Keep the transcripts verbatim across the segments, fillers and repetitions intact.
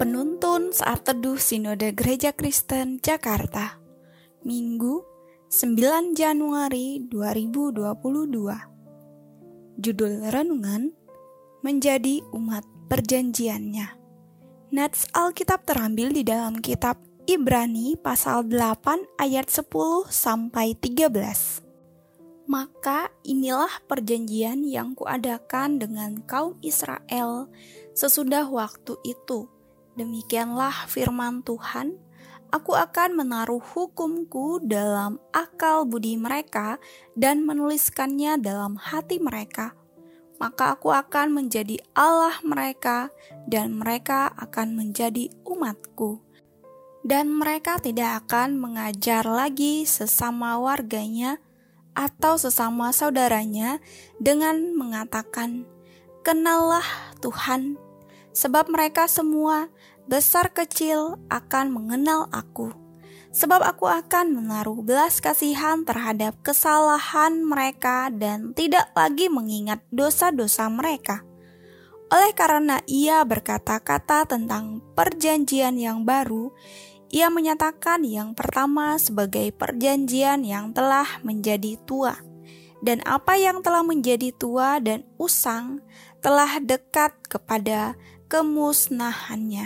Penuntun Saat Teduh Sinode Gereja Kristen Jakarta, Minggu sembilan Januari dua ribu dua puluh dua. Judul renungan, Menjadi Umat Perjanjiannya. Nats Alkitab terambil di dalam kitab Ibrani pasal delapan ayat sepuluh sampai tiga belas. Maka inilah perjanjian yang kuadakan dengan kaum Israel sesudah waktu itu. Demikianlah firman Tuhan, aku akan menaruh hukumku dalam akal budi mereka dan menuliskannya dalam hati mereka. Maka aku akan menjadi Allah mereka dan mereka akan menjadi umatku. Dan mereka tidak akan mengajar lagi sesama warganya atau sesama saudaranya dengan mengatakan, kenallah Tuhan, sebab mereka semua besar kecil akan mengenal aku. Sebab aku akan menaruh belas kasihan terhadap kesalahan mereka dan tidak lagi mengingat dosa-dosa mereka. Oleh karena ia berkata-kata tentang perjanjian yang baru, ia menyatakan yang pertama sebagai perjanjian yang telah menjadi tua. Dan apa yang telah menjadi tua dan usang telah dekat kepada kemusnahannya.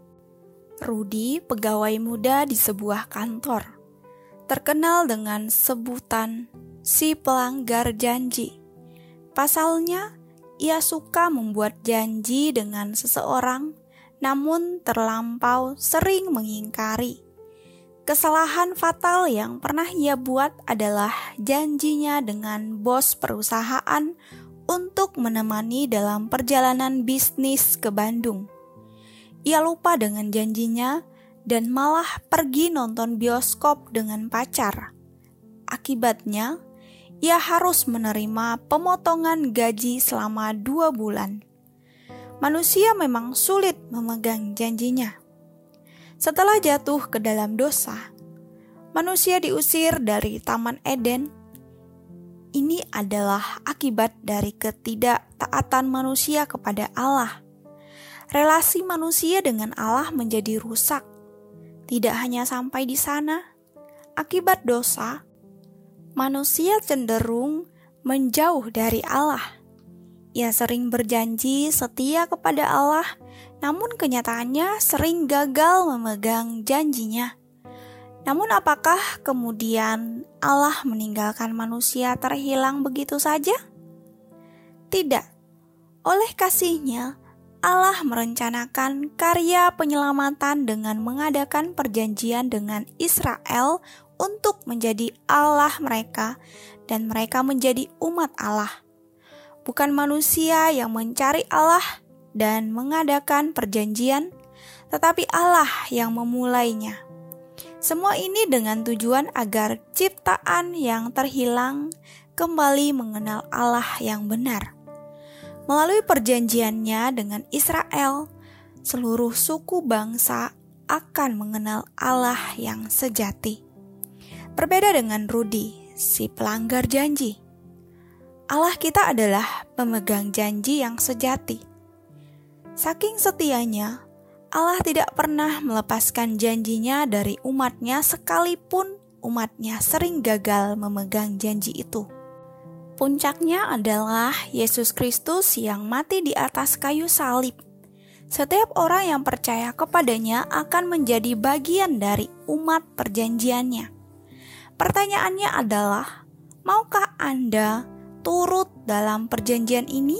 Rudi, pegawai muda di sebuah kantor, terkenal dengan sebutan si pelanggar janji. Pasalnya, ia suka membuat janji dengan seseorang, namun terlampau sering mengingkari. Kesalahan fatal yang pernah ia buat adalah janjinya dengan bos perusahaan untuk menemani dalam perjalanan bisnis ke Bandung. Ia lupa dengan janjinya dan malah pergi nonton bioskop dengan pacar. Akibatnya, ia harus menerima pemotongan gaji selama dua bulan. Manusia memang sulit memegang janjinya. Setelah jatuh ke dalam dosa, manusia diusir dari Taman Eden. Ini adalah akibat dari ketidaktaatan manusia kepada Allah. Relasi manusia dengan Allah menjadi rusak. Tidak hanya sampai di sana, akibat dosa, manusia cenderung menjauh dari Allah. Ia sering berjanji setia kepada Allah, namun kenyataannya sering gagal memegang janjinya. Namun apakah kemudian Allah meninggalkan manusia terhilang begitu saja? Tidak. Oleh kasih-Nya, Allah merencanakan karya penyelamatan dengan mengadakan perjanjian dengan Israel untuk menjadi Allah mereka dan mereka menjadi umat Allah. Bukan manusia yang mencari Allah dan mengadakan perjanjian, tetapi Allah yang memulainya. Semua ini dengan tujuan agar ciptaan yang terhilang kembali mengenal Allah yang benar. Melalui perjanjiannya dengan Israel, seluruh suku bangsa akan mengenal Allah yang sejati. Berbeda dengan Rudi, si pelanggar janji. Allah kita adalah pemegang janji yang sejati. Saking setianya, Allah tidak pernah melepaskan janjinya dari umatnya sekalipun umatnya sering gagal memegang janji itu. Puncaknya adalah Yesus Kristus yang mati di atas kayu salib. Setiap orang yang percaya kepadanya akan menjadi bagian dari umat perjanjiannya. Pertanyaannya adalah, maukah Anda turut dalam perjanjian ini?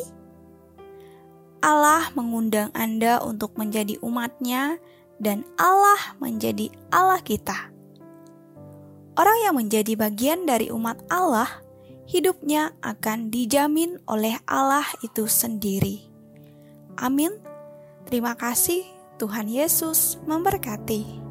Allah mengundang Anda untuk menjadi umat-Nya dan Allah menjadi Allah kita. Orang yang menjadi bagian dari umat Allah, hidupnya akan dijamin oleh Allah itu sendiri. Amin. Terima kasih, Tuhan Yesus memberkati.